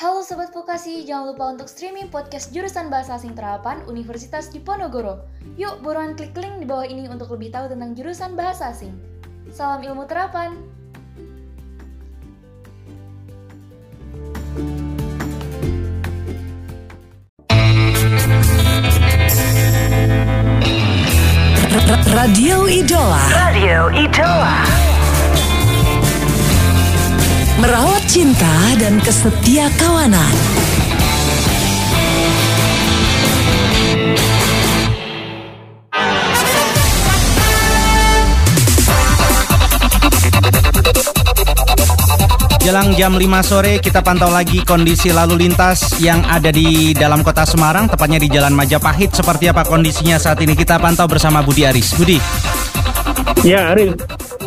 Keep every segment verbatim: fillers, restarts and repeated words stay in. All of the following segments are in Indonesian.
Halo Sobat Vokasi, jangan lupa untuk streaming podcast jurusan Bahasa Asing Terapan Universitas Diponegoro. Yuk buruan klik link di bawah ini untuk lebih tahu tentang jurusan Bahasa Asing. Salam ilmu terapan! Radio Idola. Radio Idola. Merawat cinta dan kesetia kawanan. Jelang jam lima sore kita pantau lagi kondisi lalu lintas yang ada di dalam kota Semarang, tepatnya di Jalan Majapahit. Seperti apa kondisinya saat ini, kita pantau bersama Budi Aris. Budi. Ya, Aris.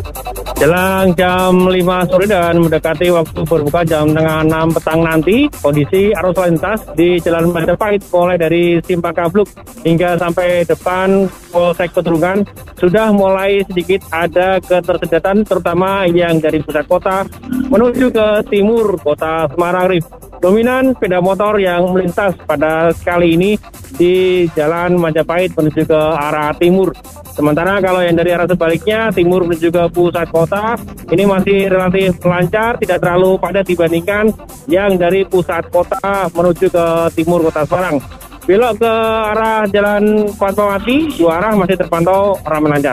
Jelang jam lima sore dan mendekati waktu berbuka jam tengah enam petang nanti, kondisi arus lalu lintas di Jalan Majapahit mulai dari Simpang Kabluk hingga sampai depan Polsek Pedurungan sudah mulai sedikit ada ketersediaan, terutama yang dari pusat kota menuju ke timur kota Semarang, Rif. Dominan sepeda motor yang melintas pada kali ini di Jalan Majapahit menuju ke arah timur. Sementara kalau yang dari arah sebaliknya, timur menuju ke pusat kota, ini masih relatif lancar, tidak terlalu padat dibandingkan yang dari pusat kota menuju ke timur kota Semarang. Belok ke arah Jalan Fatmawati, dua arah masih terpantau ramai lancar.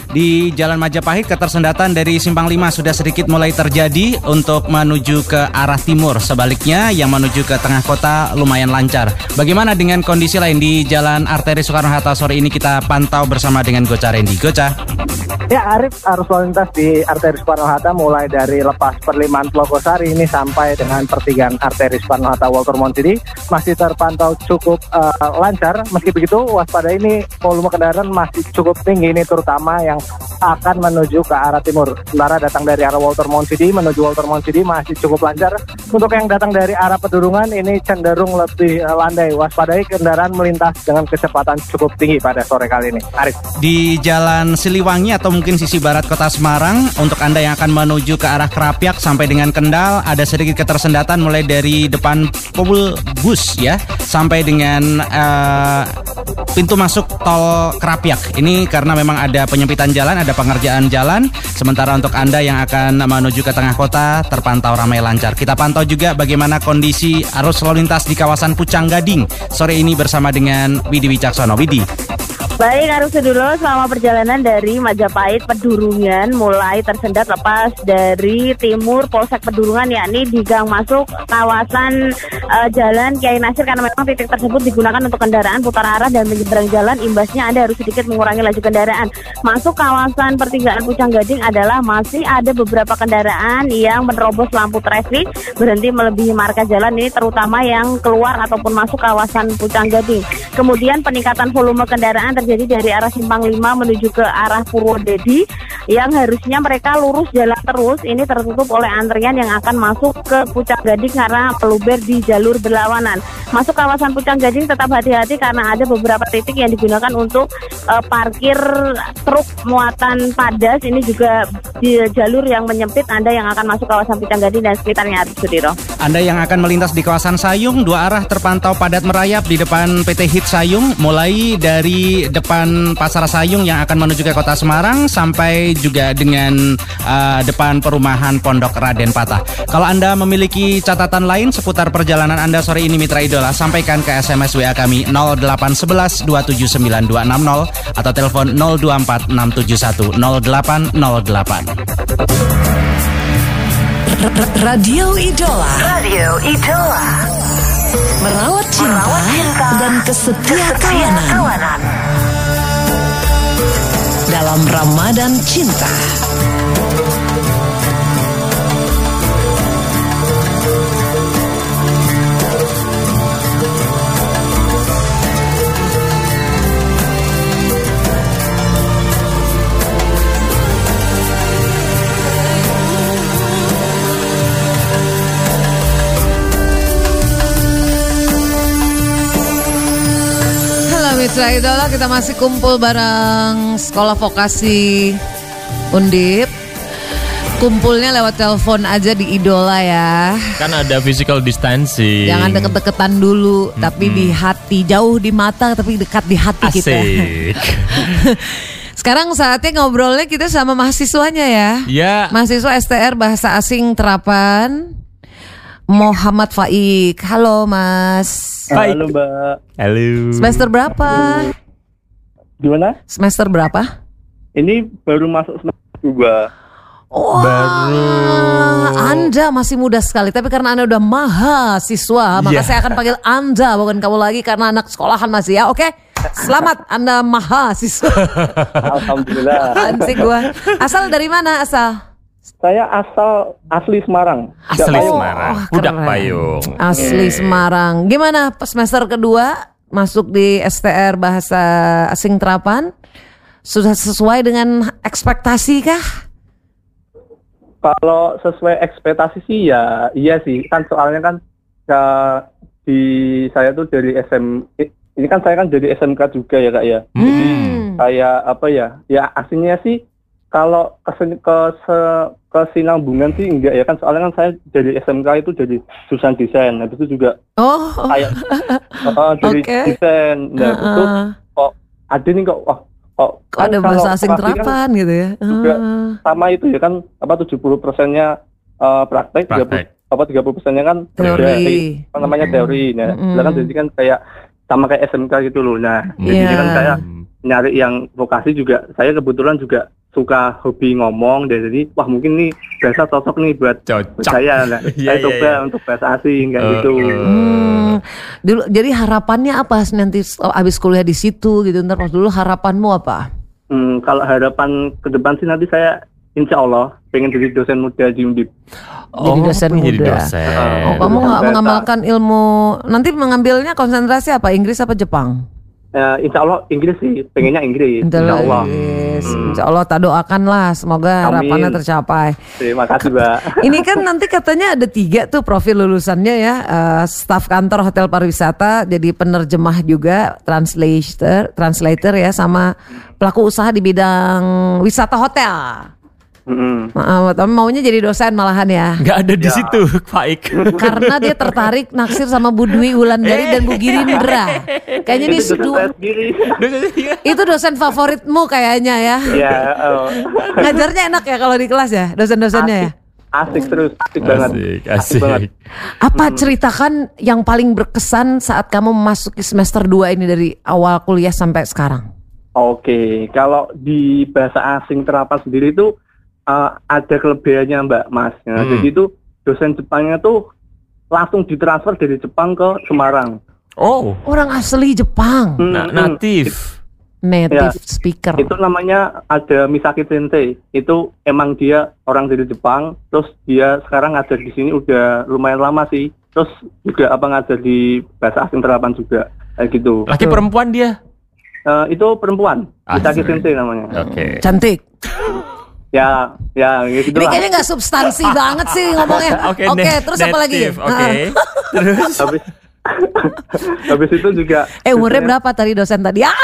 Di Jalan Majapahit, ketersendatan dari Simpang lima sudah sedikit mulai terjadi untuk menuju ke arah timur. Sebaliknya, yang menuju ke tengah kota lumayan lancar. Bagaimana dengan kondisi lain di Jalan Arteri Soekarno-Hatta sore ini, kita pantau bersama dengan Gocha Randy. Gocha. Ya, Arif, arus lalu lintas di Arteri Soekarno-Hatta mulai dari lepas Perlimaan Plogosari ini sampai dengan pertigaan Arteri Soekarno-Hatta Walter Monchidi masih terpantau cukup uh, lancar. Meski begitu, waspada ini volume kendaraan masih cukup tinggi, ini terutama yang akan menuju ke arah timur. Sementara datang dari arah Walter Monchidi menuju Walter Monchidi masih cukup lancar. Untuk yang datang dari arah Pedurungan ini cenderung lebih uh, landai. Waspadai kendaraan melintas dengan kecepatan cukup tinggi pada sore kali ini. Arif. Di Jalan Siliwangi atau mungkin sisi barat kota Semarang, untuk Anda yang akan menuju ke arah Krapyak sampai dengan Kendal, ada sedikit ketersendatan mulai dari depan Pobul Bus ya, sampai dengan uh, pintu masuk tol Krapyak. Ini karena memang ada penyempitan jalan, ada pengerjaan jalan. Sementara untuk Anda yang akan menuju ke tengah kota terpantau ramai lancar. Kita pantau juga bagaimana kondisi arus lalu lintas di kawasan Pucang Gading sore ini bersama dengan Widi Wicaksono. Widi. Baik, Arus Sedulur, selama perjalanan dari Majapahit Pedurungan mulai tersendat lepas dari timur Polsek Pedurungan, yakni di gang masuk kawasan uh, Jalan Kiai Nasir, karena memang titik tersebut digunakan untuk kendaraan putar arah dan menyeberang jalan. Imbasnya Anda harus sedikit mengurangi laju kendaraan. Masuk kawasan pertigaan Pucang Gading adalah masih ada beberapa kendaraan yang menerobos lampu traffic, berhenti melebihi marka jalan, ini terutama yang keluar ataupun masuk kawasan Pucang Gading. Kemudian peningkatan volume kendaraan terjadi jadi dari arah Simpang lima menuju ke arah Purwodadi, yang harusnya mereka lurus jalan terus, ini tertutup oleh antrian yang akan masuk ke Pucang Gading karena meluber di jalur berlawanan. Masuk kawasan Pucang Gading tetap hati-hati karena ada beberapa titik yang digunakan untuk uh, parkir truk muatan padas. Ini juga di jalur yang menyempit. Anda yang akan masuk kawasan Pucang Gading dan sekitarnya, Arif Sudiro. Anda yang akan melintas di kawasan Sayung, dua arah terpantau padat merayap di depan P T Hit Sayung, mulai dari depan Pasar Sayung yang akan menuju ke kota Semarang sampai juga dengan uh, depan perumahan Pondok Raden Patah. Kalau Anda memiliki catatan lain seputar perjalanan Anda sore ini, Mitra Idola, sampaikan ke S M S W A kami nol delapan satu satu dua tujuh sembilan dua enam nol atau telepon nol dua empat enam tujuh satu nol delapan nol delapan. Radio Idola. Radio Idola. Merawat cinta, Merawat cinta dan kesetia kawanan. kawanan. Dalam Ramadan Cinta. Mitra Idola, kita masih kumpul bareng Sekolah Vokasi Undip Kumpulnya lewat telepon aja di Idola ya. Kan ada physical distancing. Jangan deket-deketan dulu, mm-hmm. tapi di hati, jauh di mata tapi dekat di hati. Asik. Kita. Sekarang saatnya ngobrolnya kita sama mahasiswanya ya. Ya. Mahasiswa S T R Bahasa Asing Terapan, Muhammad Faik. Halo Mas. Halo Mbak. Halo. Semester berapa? Gimana? Semester berapa? Ini baru masuk semester dua. Wah, baru. Anda masih muda sekali. Tapi karena Anda udah mahasiswa, maka yeah. saya akan panggil Anda, bukan kamu lagi, karena anak sekolahan masih ya. Oke, selamat Anda mahasiswa. Alhamdulillah. Asik gua. Asal dari mana asal? Saya asal asli Semarang. Asli Payung. Semarang. Oh, Budak keren. Payung. Asli Yeah. Semarang. Gimana semester kedua masuk di S T R Bahasa Asing Terapan? Sudah sesuai dengan ekspektasi kah? Kalau sesuai ekspektasi sih ya iya sih, kan soalnya kan ya, di saya tuh dari S M ini kan saya kan dari S M K juga ya Kak ya. Hmm. Jadi kayak apa ya? Ya aslinya sih kalau ke ke kesinambungan sih enggak ya kan, soalnya kan saya dari S M K itu jadi jurusan desain. Habis itu juga Oh. kayak uh, dari Okay. desain. Nah, Uh-uh. itu kok ada nih kok wah kok Kok ada bahasa asing terapan kan, gitu ya? juga Uh. sama itu ya kan apa tujuh puluh persennya uh, praktek, tiga puluh Praktek. apa tiga puluh persennya kan Teori. apa namanya teori. Nah, Mm-mm. kan jadi kan kayak sama kayak S M K gitu loh. Nah, jadi Yeah. kan saya nyari yang vokasi juga. Saya kebetulan juga suka hobi ngomong dan jadi wah mungkin nih bahasa cocok nih buat, buat Cocok. saya. Nah, Iya, saya iya, coba iya. untuk bahasa asing kayak Uh, gitu. uh. Hmm. Dulu, jadi harapannya apa nanti abis kuliah di situ gitu? Ntar pas dulu harapanmu apa? Hmm, kalau harapan ke depan sih nanti saya insya Allah pengen jadi dosen muda di Undip. Jadi dosen pengen jadi muda. dosen. Oh, kamu nggak Bahasa. mengamalkan ilmu? Nanti mengambilnya konsentrasi apa? Inggris apa Jepang? Uh, insya Allah Inggris sih, pengennya Inggris. Insya Allah. Inggris. Hmm. Insya Allah tak doakanlah, semoga Amin. harapannya tercapai. Terima kasih Mbak. Ini kan nanti katanya ada tiga tuh profil lulusannya ya, uh, staf kantor hotel pariwisata, jadi penerjemah juga, translator, translator ya, sama pelaku usaha di bidang wisata hotel. Mm-mm. Uh, tapi maunya jadi dosen malahan ya, Nggak ada di Ya. situ, Faik. karena dia tertarik naksir sama Bu Dwi Wulandari dan Bu Girindra. Kayaknya dia Itu dosen sedu- saya sendiri. itu dosen favoritmu kayaknya ya. Ya, oh. Ngajarnya enak ya kalau di kelas ya, dosen-dosennya ya. Asik terus, asik banget. Asik, Asik banget. asik. Apa ceritakan yang paling berkesan saat kamu memasuki semester dua ini dari awal kuliah sampai sekarang? Oke, kalau di bahasa asing Terapan sendiri itu uh, ada kelebihannya Mbak Mas. Nah, Hmm. jadi itu dosen Jepangnya tuh langsung ditransfer dari Jepang ke Semarang. Oh, Orang asli Jepang, Hmm, na- hmm. natif. native Ya. speaker. Itu namanya ada Misaki Sensei. Itu emang dia orang dari Jepang, terus dia sekarang ngajar di sini udah lumayan lama sih. Terus juga apa ngajar di bahasa asing Terapan juga, kayak gitu. Laki perempuan dia. Uh, itu perempuan, Misaki Asik. Sensei namanya. Oke. Cantik. Ya, ya gitu Ini lah. kayaknya nggak substansi banget sih ngomongnya. Oke, Oke, ne- terus apa lagi? native, Oke. Ah. Terus Habis, habis itu juga. Eh umurnya berapa tadi dosen tadi? Ah!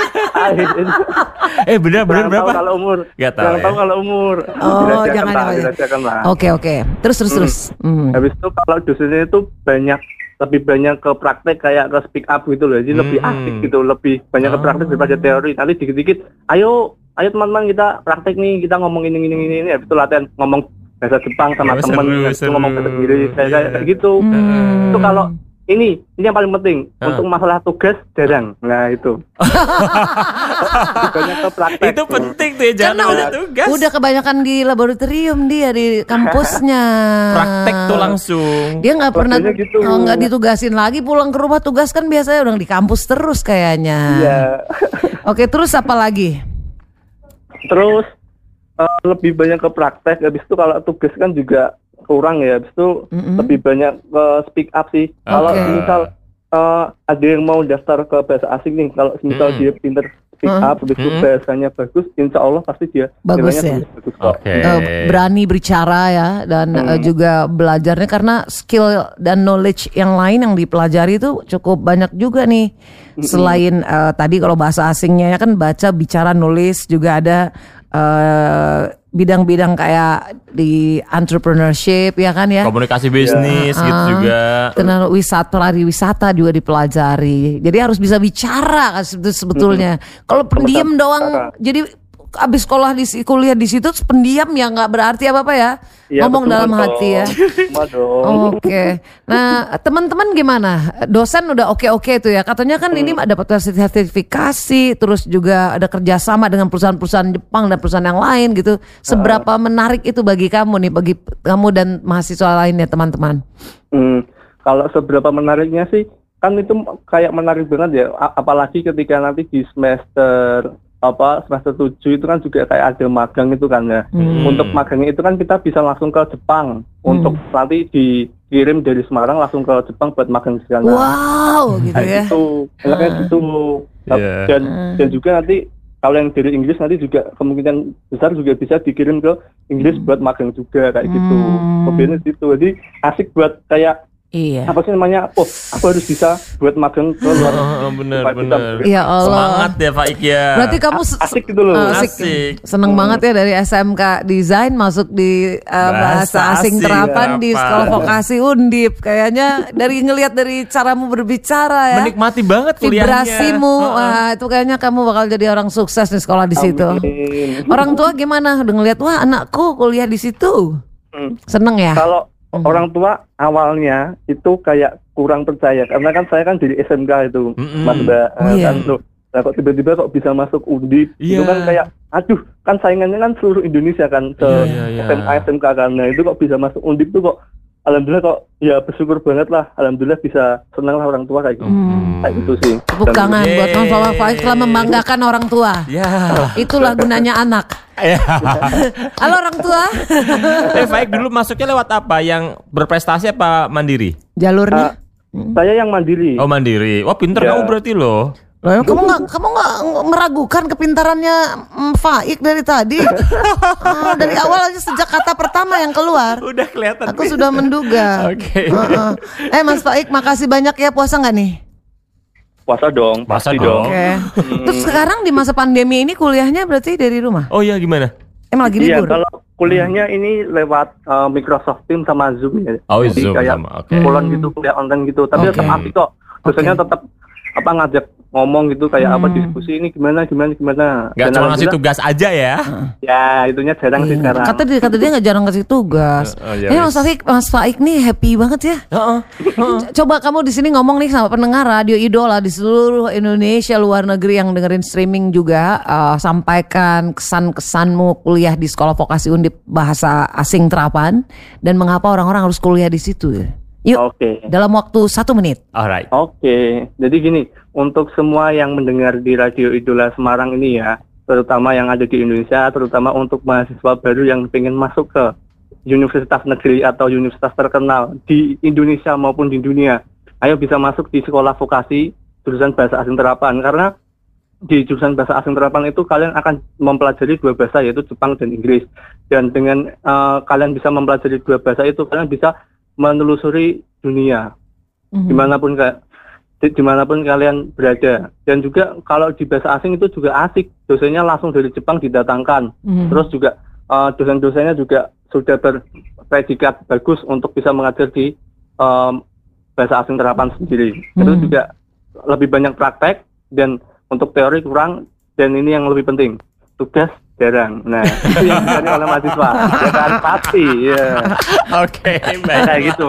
eh benar benar Jangan berapa? tahu kalau umur. Gak tahu Jangan ya. tahu kalau umur. Oh, Dirahasiakan jangan lah, apa ya. dirahasiakan lah. Oke oke. Terus terus terus. Hmm. Habis itu kalau dosennya itu banyak lebih banyak ke praktek kayak ke speak up gitu loh. Jadi lebih Hmm. asik gitu, lebih banyak ke praktek daripada teori. Nanti dikit-dikit, ayo ayo teman-teman kita praktek nih, kita ngomong ini ini ini ini. Habis itu latihan ngomong bahasa Jepang sama Oh, temen, seru, habis itu seru. ngomong bahasa Inggris kayak kayak gitu. Hmm. Itu kalau ini ini yang paling penting Ah. untuk masalah tugas jarang. Nah itu. Banyak ke praktek. Itu penting tuh ya, jangan Karena ada udah, tugas. udah kebanyakan di laboratorium dia di kampusnya. Praktek tuh langsung. Dia nggak pernah Rasanya gitu. oh, nggak ditugasin lagi pulang ke rumah, tugas kan biasanya udah di kampus terus kayaknya. Iya. Oke, terus apa lagi? Terus eh, lebih banyak ke praktek. Habis itu kalau tugas kan juga kurang ya. Habis itu Mm-mm. lebih banyak ke speak up sih. Kalau Oke. misal eh, ada yang mau daftar ke bahasa asing nih, kalau misal Mm. dia pinter speak Mm. up, habis itu Mm. bahasanya bagus, insya Allah pasti dia Bagus nilainya ya? bagus, bagus kok. Oke. Eh, berani berbicara ya, dan Hmm. eh, juga belajarnya, karena skill dan knowledge yang lain yang dipelajari itu cukup banyak juga nih. Selain eh, tadi kalau bahasa asingnya ya kan baca, bicara, nulis, juga ada uh, bidang-bidang kayak di entrepreneurship ya kan ya. Komunikasi bisnis Uh, gitu juga. Kenal wisata, pariwisata juga dipelajari. Jadi harus bisa bicara kan sebetulnya. Kalau pendiam doang, jadi abis sekolah di kuliah di situ pendiam ya nggak berarti apa-apa ya. Ya, Ngomong betul, dalam betul. hati ya. Waduh. Oke. Nah, teman-teman gimana? Dosen udah oke-oke tuh ya. Katanya kan ini dapat sertifikasi, terus juga ada kerjasama dengan perusahaan-perusahaan Jepang dan perusahaan yang lain gitu. Seberapa menarik itu bagi kamu nih, bagi kamu dan mahasiswa lainnya, teman-teman? Hmm, kalau seberapa menariknya sih, kan itu kayak menarik banget ya. A- apalagi ketika nanti di semester apa semester tujuh itu kan juga kayak ada magang itu kan ya. Hmm. Untuk magangnya itu kan kita bisa langsung ke Jepang untuk nanti dikirim dari Semarang langsung ke Jepang buat magang di sana. Wow, gitu Nah, ya. itu enaknya gitu. Iya. Dan dan juga nanti kalau yang dari Inggris nanti juga kemungkinan besar juga bisa dikirim ke Inggris buat magang juga kayak gitu. Hmm. Mobilnya gitu. Jadi asik buat kayak Iya. apa sih namanya? Oh, aku harus bisa buat magang ke luar. Oh, bener Supaya bener. bisa- Ya Allah. Semangat ya Pak Ik ya. Berarti kamu se- Asik gitu loh. Ah, Asik. Seneng banget ya dari S M K Desain masuk di uh, bahasa, Bahasa asing asing terapan di terapan. sekolah vokasi Undip. Kayaknya dari ngelihat dari caramu berbicara ya. Menikmati banget kuliahnya. Vibrasimu, wah itu kayaknya kamu bakal jadi orang sukses di sekolah di situ. Amin. Orang tua gimana? Udah ngeliat wah anakku kuliah di situ. Hmm. Seneng ya? Kalau orang tua awalnya itu kayak kurang percaya karena kan saya kan dari S M K itu, Mm-mm. Mas Mbak. Oh, Eh, iya. kan tuh. Nah, kok tiba-tiba kok bisa masuk Undip? Itu Iya. kan kayak aduh, kan saingannya kan seluruh Indonesia kan se Iya, iya, iya. S M A S M K kan. Nah, itu kok bisa masuk Undip tuh kok alhamdulillah kok ya bersyukur banget lah. Alhamdulillah bisa senang lah orang tua kayak gitu. Hmm. Kayak gitu sih. Tepuk Dan- tangan buat Yeay. Mas Fawa Faik telah membanggakan orang tua. Ya. Itulah gunanya anak. Ya. Halo orang tua. Eh Faik dulu masuknya lewat apa? Yang berprestasi apa mandiri? Jalurnya? Saya yang mandiri. Oh mandiri. Wah pinter Ya. kamu berarti loh. Loh, kamu nggak kamu nggak meragukan kepintarannya mm, Faik dari tadi? Ah, dari awal aja sejak kata pertama yang keluar. Udah kelihatan. Aku sudah menduga. Oke. Heeh. Eh Mas Faik, makasih banyak ya, puasa nggak nih? Puasa dong, Puasa pasti dong. dong. Oke. Terus sekarang di masa pandemi ini kuliahnya berarti dari rumah? Oh iya gimana? Emang lagi Iya, libur? kalau kuliahnya ini lewat uh, Microsoft Teams sama Zoom ya. Oh, Jadi Zoom kayak sama, oke. kulon gitu, kuliah online gitu. Tapi Oke. tetap asik kok. Dosennya tetap apa ngajak ngomong gitu kayak apa diskusi ini gimana gimana gimana. Gak Dan cuma ngasih alhamdulillah, tugas aja ya? Ya, itunya jarang sih Iya. sekarang. Kata dia, kata dia nggak jarang kasih tugas. Oh, iya, Eh wis. Mas Faik, Mas Faik nih happy banget ya. Heeh. C- Coba kamu di sini ngomong nih sama pendengar Radio Idola di seluruh Indonesia, luar negeri yang dengerin streaming juga, uh, sampaikan kesan-kesanmu kuliah di sekolah vokasi Undip bahasa asing terapan dan mengapa orang-orang harus kuliah di situ. Yuk, Oke. dalam waktu satu menit. Alright. Oke, jadi gini, untuk semua yang mendengar di Radio Idola Semarang ini ya, terutama yang ada di Indonesia, terutama untuk mahasiswa baru yang pengen masuk ke universitas negeri atau universitas terkenal di Indonesia maupun di dunia, ayo bisa masuk di sekolah vokasi jurusan bahasa asing terapan, karena di jurusan bahasa asing terapan itu kalian akan mempelajari dua bahasa yaitu Jepang dan Inggris, dan dengan uh, kalian bisa mempelajari dua bahasa itu kalian bisa menelusuri dunia dimanapun ka, di, dimanapun kalian berada. Dan juga kalau di bahasa asing itu juga asik, dosennya langsung dari Jepang didatangkan. Mhm. Terus juga uh, dosen-dosennya juga sudah berpredikat bagus untuk bisa mengajar di um, bahasa asing terapan sendiri. Itu Mhm. juga lebih banyak praktek dan untuk teori kurang, dan ini yang lebih penting, tugas jarang. Nah, itu yang dicari oleh mahasiswa. Ya kan pasti, ya. Oke, baik. Kayak gitu.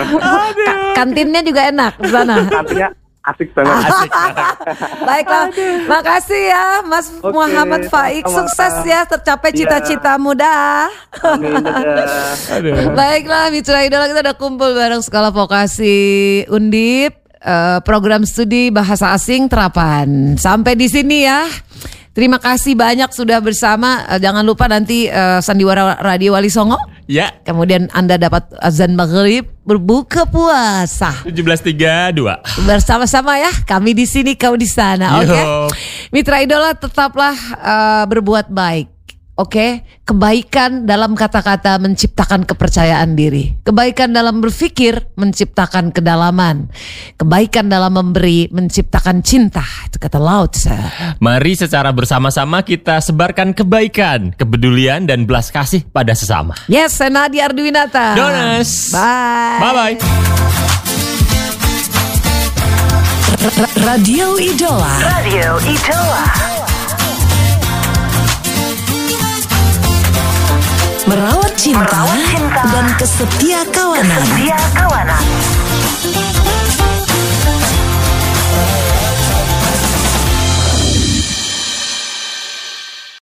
Ka- kantinnya juga enak di sana. Artinya asik banget. Asik. Baiklah, makasih ya Mas Oke, Muhammad Faik, sama-sama. sukses ya tercapai Iya. cita-citamu dah. Amin, dadah. Aduh. Baiklah, Mitra Idola, kita udah kumpul bareng Sekolah Vokasi Undip, eh, program studi bahasa asing terapan. Sampai di sini ya. Terima kasih banyak sudah bersama. Eh, jangan lupa nanti eh, Sandiwara Radio Wali Songo. Ya, Kemudian Anda dapat azan maghrib berbuka puasa. tujuh belas tiga puluh dua. Bersama-sama ya, kami di sini, kau di sana, oke? Yo. Mitra Idola, tetaplah eh, berbuat baik. Oke, kebaikan dalam kata-kata menciptakan kepercayaan diri. Kebaikan dalam berpikir menciptakan kedalaman. Kebaikan dalam memberi menciptakan cinta. Itu kata Lao Tse. Mari secara bersama-sama kita sebarkan kebaikan, kepedulian dan belas kasih pada sesama. Yes, saya Nadia Arduinata. Donas. Bye. Bye-bye. Radio Idola. Radio Idola. Merawat cinta, Merawat cinta dan kesetia kawanan. Kesetia kawanan.